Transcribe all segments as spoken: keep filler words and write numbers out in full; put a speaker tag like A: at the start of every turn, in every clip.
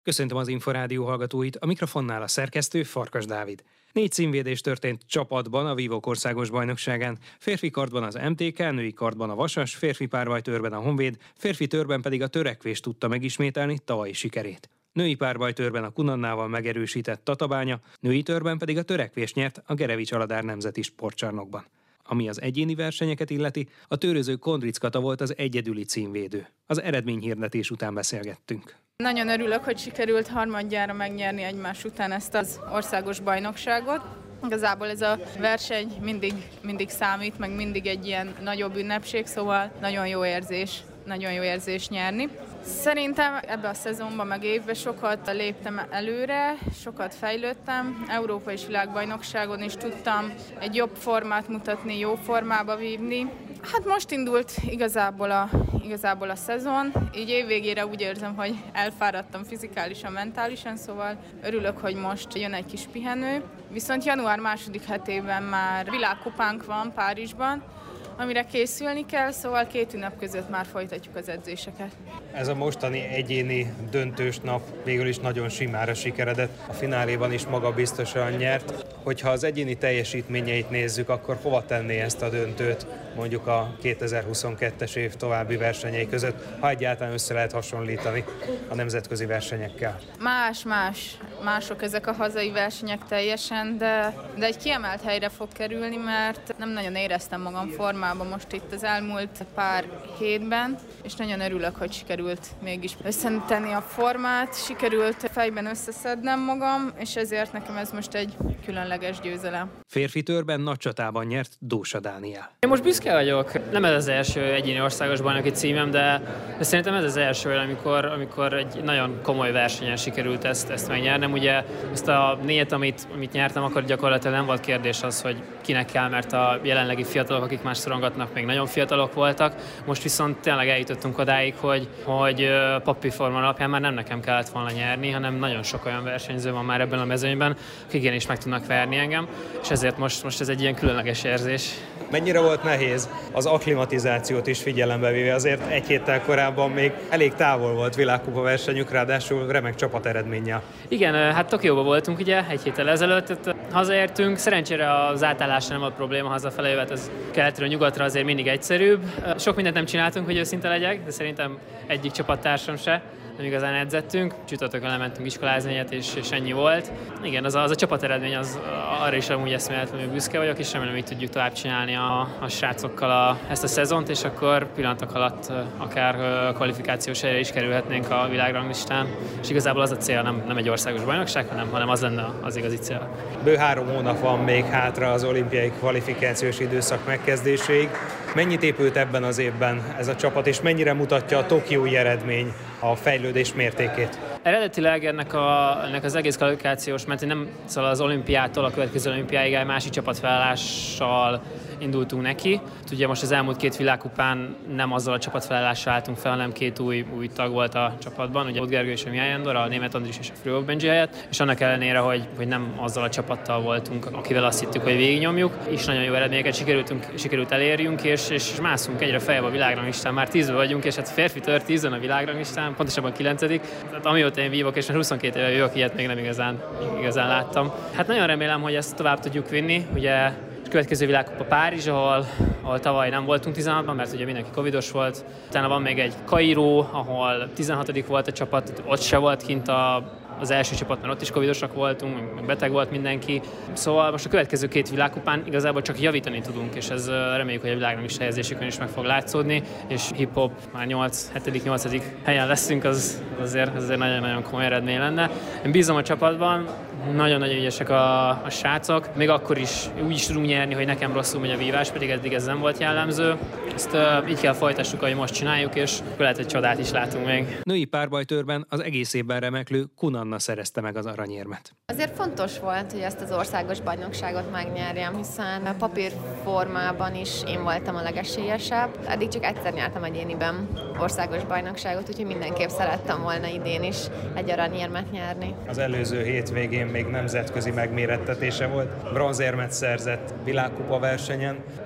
A: Köszöntöm az Inforádió hallgatóit, a mikrofonnál a szerkesztő Farkas Dávid. Négy címvédés történt csapatban a Vívók országos bajnokságán. Férfi kardban az em té ká, női kardban a Vasas, férfi párbajtőrben a Honvéd, férfi törben pedig a Törekvés tudta megismételni tavalyi sikerét. Női párbajtőrben a Kunannával megerősített Tatabánya, női törben pedig a Törekvés nyert a Gerevics Aladár Nemzeti Sportcsarnokban. Ami az egyéni versenyeket illeti, a tőröző Kondric Kata volt az egyedüli címvédő. Az eredményhirdetés után beszélgettünk.
B: Nagyon örülök, hogy sikerült harmadjára megnyerni egymás után ezt az országos bajnokságot. Igazából ez a verseny mindig, mindig számít, meg mindig egy ilyen nagyobb ünnepség, szóval nagyon jó érzés, nagyon jó érzés nyerni. Szerintem ebbe a szezonban, meg évben sokat léptem előre, sokat fejlődtem. Európa és világbajnokságon is tudtam egy jobb formát mutatni, jó formába vívni. Hát most indult igazából a, igazából a szezon, így évvégére úgy érzem, hogy elfáradtam fizikálisan, mentálisan, szóval örülök, hogy most jön egy kis pihenő. Viszont január második hetében már világkupánk van Párizsban, amire készülni kell, szóval két ünnep között már folytatjuk az edzéseket.
A: Ez a mostani egyéni döntős nap végül is nagyon simára sikeredett, a fináléban is magabiztosan nyert. Hogyha az egyéni teljesítményeit nézzük, akkor hova tenné ezt a döntőt mondjuk a kétezer-huszonkettes év további versenyei között, ha egyáltalán össze lehet hasonlítani a nemzetközi versenyekkel?
B: Más, más, mások ezek a hazai versenyek teljesen, de, de egy kiemelt helyre fog kerülni, mert nem nagyon éreztem magam formában most itt az elmúlt pár hétben, és nagyon örülök, hogy sikerült mégis összetenni a formát, sikerült fejben összeszednem magam, és ezért nekem ez most egy különleges győzelem.
A: Férfi törben nagy csatában nyert Dósa Dániel.
C: Én most büszke vagyok. Nem ez az első egyéni országos bajnoki címem, de, de szerintem ez az első, amikor, amikor egy nagyon komoly versenyen sikerült ezt, ezt megnyernem. Ugye ezt a négyet, amit, amit nyertem, akkor gyakorlatilag nem volt kérdés az, hogy kinek kell, mert a jelenlegi fiatalok, akik más szorongatnak, még nagyon fiatalok voltak. Most viszont tényleg eljutottunk odáig, hogy, hogy papírforma alapján már nem nekem kellett volna nyerni, hanem nagyon sok olyan versenyző van már ebben a mezőnyben, akik igenis meg tudnak verni engem, és ezért most, most ez egy ilyen különleges érzés.
A: Mennyire volt nehéz az akklimatizációt is figyelembe véve? Azért egy héttel korábban még elég távol volt világkupa versenyük, ráadásul remek csapateredménnyel.
C: Igen, hát Tokióban voltunk ugye egy héttel ezelőtt, tehát hazaértünk, szerencsére az átállásra nem volt probléma hazafele, jövet ez keletről nyugatra azért mindig egyszerűbb. Sok mindent nem csináltunk, hogy őszinte legyek, de szerintem egyik csapattársam se. Nem igazán edzettünk, csütörtökön lementünk iskolázni egyet, és, és ennyi volt. Igen, az a, az a csapateredmény, az, arra is amúgy eszméletlenül büszke vagyok, és remélem, hogy tudjuk tovább csinálni a, a srácokkal a, ezt a szezont, és akkor pillanatok alatt akár kvalifikációs helyre is kerülhetnénk a világranglistán. És igazából az a cél nem, nem egy országos bajnokság, hanem, hanem az lenne az igazi cél.
A: Bő három hónap van még hátra az olimpiai kvalifikációs időszak megkezdéséig. Mennyit épült ebben az évben ez a csapat, és mennyire mutatja a tokiói eredmény a fejlődés mértékét?
C: Eredetileg ennek, a, ennek az egész kvalifikációs, mert nem szóval az olimpiától a következő olimpiáig egy másik csapatfeleállással indultunk neki. Ugye most az elmúlt két világkupán nem azzal a csapatfelállással álltunk fel, hanem két új, új tag volt a csapatban, ugye Ott Gergő és a Mihály Andor, a Németh Andris és a Frőhoff Benji helyett, és annak ellenére, hogy, hogy nem azzal a csapattal voltunk, akivel azt hittük, hogy végignyomjuk, és nagyon jó eredményeket sikerültünk, sikerült elérjünk, és, és mászunk egyre feljebb a világranglistán, már tízben vagyunk, és hát férfi tör tízen a világranglistán, pontosabban kilencedik. Tehát amióta én vívok, és már huszonkét éve vívok, ilyet még nem igazán, igazán láttam. Hát nagyon remélem, hogy ezt tovább tudjuk vinni, ugye következő világkupa Párizs, ahol, ahol tavaly nem voltunk tizenhatban, mert ugye mindenki covidos volt. Utána van még egy Kairó, ahol tizenhatodik volt a csapat, ott se volt kint a, az első csapat, mert ott is covidosak voltunk, meg beteg volt mindenki. Szóval most a következő két világkupán igazából csak javítani tudunk, és ez reméljük, hogy a világranglista helyezésükön is meg fog látszódni, és hip-hop már nyolc, hetedik, nyolcadik helyen leszünk, az azért, azért nagyon-nagyon komoly eredmény lenne. Én bízom a csapatban, nagyon-nagyon ügyesek a, a srácok, még akkor is úgy is tudunk nyerni, hogy nekem rosszul megy a vívás, pedig eddig ez nem volt jellemző. Ezt uh, így kell folytassuk, ahogy most csináljuk, és lehet, hogy csodát is látunk még.
A: Női párbajtőrben az egész évben remeklő Kunanna szerezte meg az aranyérmet.
D: Azért fontos volt, hogy ezt az országos bajnokságot megnyerjem, hiszen a papírformában is én voltam a legesélyesebb. Eddig csak egyszer nyertem egyéniben országos bajnokságot, úgyhogy mindenképp szerettem volna idén is egy aranyérmet nyerni.
A: Az előző hétvégén még nemzetközi megmérettetése volt. Bronzérmet szerzett világkupa versenyen.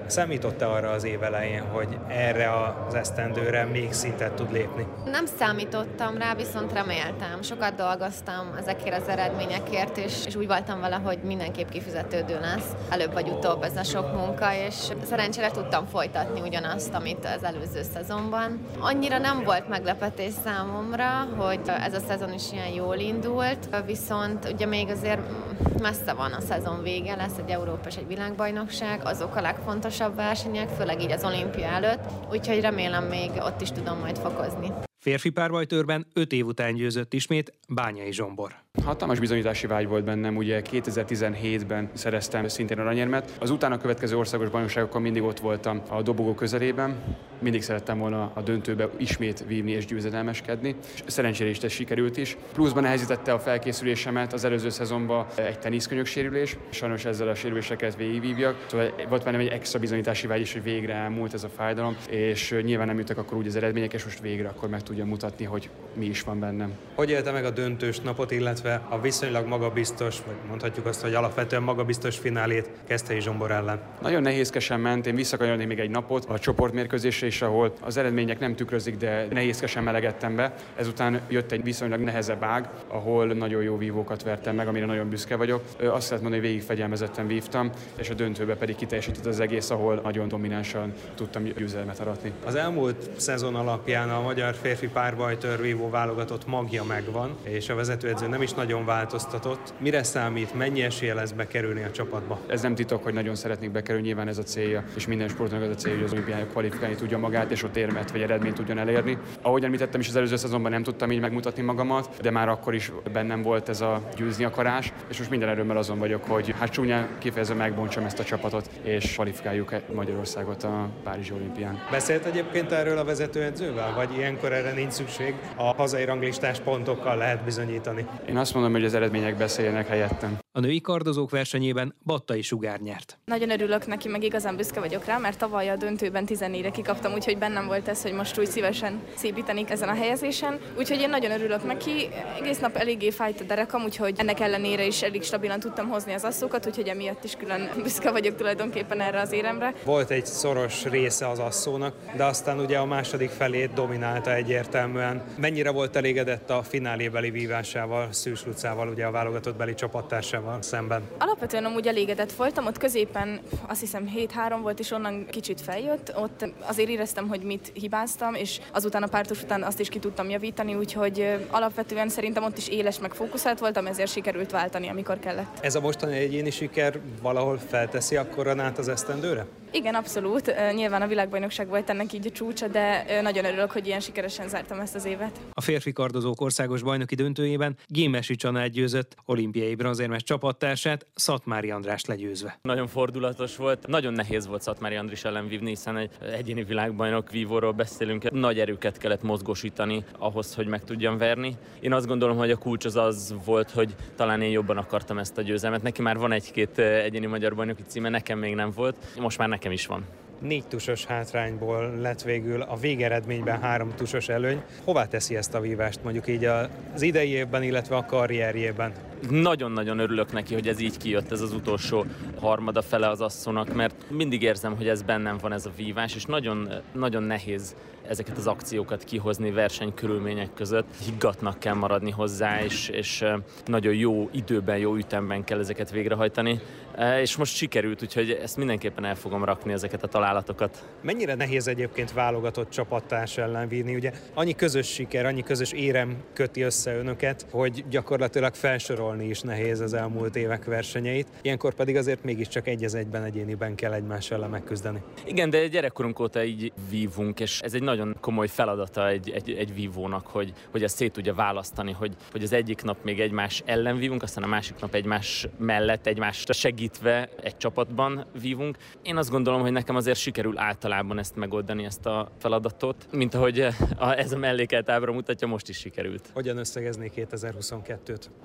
A: Számított-e arra az év elején, hogy erre az esztendőre még szintet tud lépni?
D: Nem számítottam rá, viszont reméltem. Sokat dolgoztam ezekért az eredményekért, és, és úgy voltam vele, hogy mindenképp kifizetődő lesz. Előbb vagy utóbb ez a sok munka, és szerencsére tudtam folytatni ugyanazt, amit az előző szezonban. Annyira nem volt meglepetés számomra, hogy ez a szezon is ilyen jól indult, viszont ugye még azért messze van a szezon vége, lesz egy Európa és egy világbajnokság, azok a legfontosabb versenyek, főleg így az olimpia előtt, úgyhogy remélem még ott is tudom majd fokozni.
A: Férfi párbajtőrben öt év után győzött ismét Bányai Zsombor.
E: Hatalmas bizonyítási vágy volt bennem, ugye kétezer-tizenhétben szereztem szintén aranyérmet. Az utána következő országos bajnokságokon mindig ott voltam a dobogó közelében, mindig szerettem volna a döntőbe ismét vívni és győzedelmeskedni. Szerencsére is ez sikerült is. Pluszban nehezítette a felkészülésemet az előző szezonban egy teniszkönyök sérülés. Sajnos ezzel a sérüléseket végigvívjak. Szóval volt bennem egy extra bizonyítási vágy is, hogy végre elmúlt ez a fájdalom, és nyilván nem jöttek akkor úgy az eredmények, és most végre akkor meg tudja mutatni, hogy mi is van bennem.
A: Hogy élte meg a döntős napot, illetve a viszonylag magabiztos, vagy mondhatjuk azt, hogy alapvetően magabiztos finálét Keszthelyi Zsombor ellen?
E: Nagyon nehézkesen ment, én visszakanyarodnék még egy napot a csoportmérkőzésre is, ahol az eredmények nem tükrözik, de nehézkesen melegedtem be. Ezután jött egy viszonylag nehezebb ág, ahol nagyon jó vívókat vertem meg, amire nagyon büszke vagyok. Azt lehet mondani, hogy végig fegyelmezetten vívtam, és a döntőbe pedig kiteljesített az egész, ahol nagyon dominánsan tudtam győzelmet aratni.
A: Az elmúlt szezon alapján a magyar férfi párbajtőr vívó válogatott magja megvan, és a vezetőedző nem is nagyon változtatott. Mire számít, mennyi esélye lesz bekerülni a csapatba?
E: Ez nem titok, hogy nagyon szeretnék bekerülni, nyilván ez a célja, és minden sportnak az a célja, hogy az olimpiára kvalifikálni tudja magát, és ott érmet vagy eredményt tudjon elérni. Ahogy említettem is, az előző szezonban nem tudtam így megmutatni magamat, de már akkor is bennem volt ez a győzni akarás, és most minden erőmmel azon vagyok, hogy hát csúnyán kifejezve megbontsam ezt a csapatot, és kvalifikáljuk Magyarországot a Párizsi olimpián.
A: Beszélt egyébként erről a vezetőedzővel, vagy ilyenkor erre nincs szükség, a hazai ranglistás pontokkal lehet bizonyítani?
E: Én azt mondom, hogy az eredmények beszéljenek helyettem.
A: A női kardozók versenyében Battai Sugár nyert.
B: Nagyon örülök neki, meg igazán büszke vagyok rá, mert tavaly a döntőben tizennégyre kikaptam, úgyhogy bennem volt ez, hogy most úgy szívesen szépítenik ezen a helyezésen. Úgyhogy én nagyon örülök neki. Egész nap eléggé fájt a derekam, úgyhogy ennek ellenére is elég stabilan tudtam hozni az asszókat, úgyhogy emiatt is külön büszke vagyok tulajdonképpen erre az éremre.
A: Volt egy szoros része az asszónak, de aztán ugye a második felét dominálta egyértelműen. Mennyire volt elégedett a finálébeli vívásával, Szűcs Lucával, ugye a válogatott beli csapattársával szemben?
B: Alapvetően amúgy elégedett voltam, ott középen azt hiszem hét három volt, és onnan kicsit feljött. Ott azért éreztem, hogy mit hibáztam, és azután a pártos után azt is ki tudtam javítani, úgyhogy alapvetően szerintem ott is éles meg fókuszált voltam, ezért sikerült váltani, amikor kellett.
A: Ez a mostani egyéni siker valahol felteszi a koronát az esztendőre?
B: Igen, abszolút. Nyilván a világbajnokság volt ennek így a csúcsa, de nagyon örülök, hogy ilyen sikeresen zártam ezt az évet.
A: A férfi kardozók országos bajnoki döntőjében Gémesi Csanát győzött, olimpiai bronzérmes csapattársát, Szatmári Andrást legyőzve.
F: Nagyon fordulatos volt, nagyon nehéz volt Szatmári András ellen vívni, hiszen egy egyéni világbajnok vívóról beszélünk, nagy erőket kellett mozgósítani ahhoz, hogy meg tudjam verni. Én azt gondolom, hogy a kulcs az az volt, hogy talán én jobban akartam ezt a győzelmet. Neki már van egy-két egyéni magyar bajnoki címe, nekem még nem volt, most már nekem is van.
A: Négy tusos hátrányból lett végül a végeredményben három tusos előny. Hová teszi ezt a vívást mondjuk így az idei évben, illetve a karrierjében?
F: Nagyon-nagyon örülök neki, hogy ez így kijött, ez az utolsó harmada fele az asszónak, mert mindig érzem, hogy ez bennem van, ez a vívás, és nagyon, nagyon nehéz ezeket az akciókat kihozni versenykörülmények között. Higgadtnak kell maradni hozzá, és, és nagyon jó időben, jó ütemben kell ezeket végrehajtani. És most sikerült, úgyhogy ezt mindenképpen el fogom rakni, ezeket a találatokat. Mennyire
A: nehéz egyébként válogatott csapattárs ellen vívni? Ugye annyi közös siker, annyi közös érem köti össze önöket, hogy gyakorlatilag felsorolni is nehéz az elmúlt évek versenyeit. Ilyenkor pedig azért mégiscsak egy az egyben, egyéniben kell egymás ellen megküzdeni.
F: Igen, de gyerekkorunk óta így vívunk, és ez egy nagyon komoly feladata egy, egy, egy vívónak, hogy, hogy ezt szét tudja választani, hogy, hogy az egyik nap még egymás ellen vívunk, aztán a másik nap egymás mellett, egymást segítve egy csapatban vívunk. Én azt gondolom, hogy nekem azért sikerül általában ezt megoldani, ezt a feladatot, mint ahogy a, ez a mellékelt ábra mutatja, most is sikerült.
A: Hogyan összegezni kétezer-huszonkettőt? A saját szempontból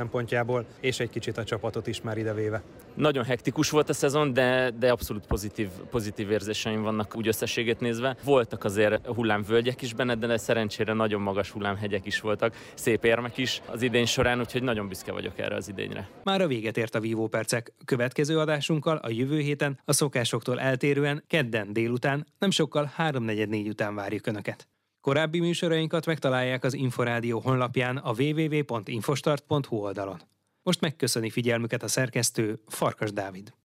A: szempontjából, és egy kicsit a csapatot is már idevéve.
F: Nagyon hektikus volt a szezon, de, de abszolút pozitív, pozitív érzéseim vannak úgy összességét nézve. Voltak azért hullámvölgyek is benne, de szerencsére nagyon magas hullámhegyek is voltak, szép érmek is az idény során, úgyhogy nagyon büszke vagyok erre az idényre.
A: Már a véget ért a vívópercek. Következő adásunkkal a jövő héten a szokásoktól eltérően kedden délután, nem sokkal háromnegyed négy után várjuk Önöket. Korábbi műsorainkat megtalálják az Inforádió honlapján a double-u double-u double-u pont infostart pont hu oldalon. Most megköszöni figyelmüket a szerkesztő, Farkas Dávid.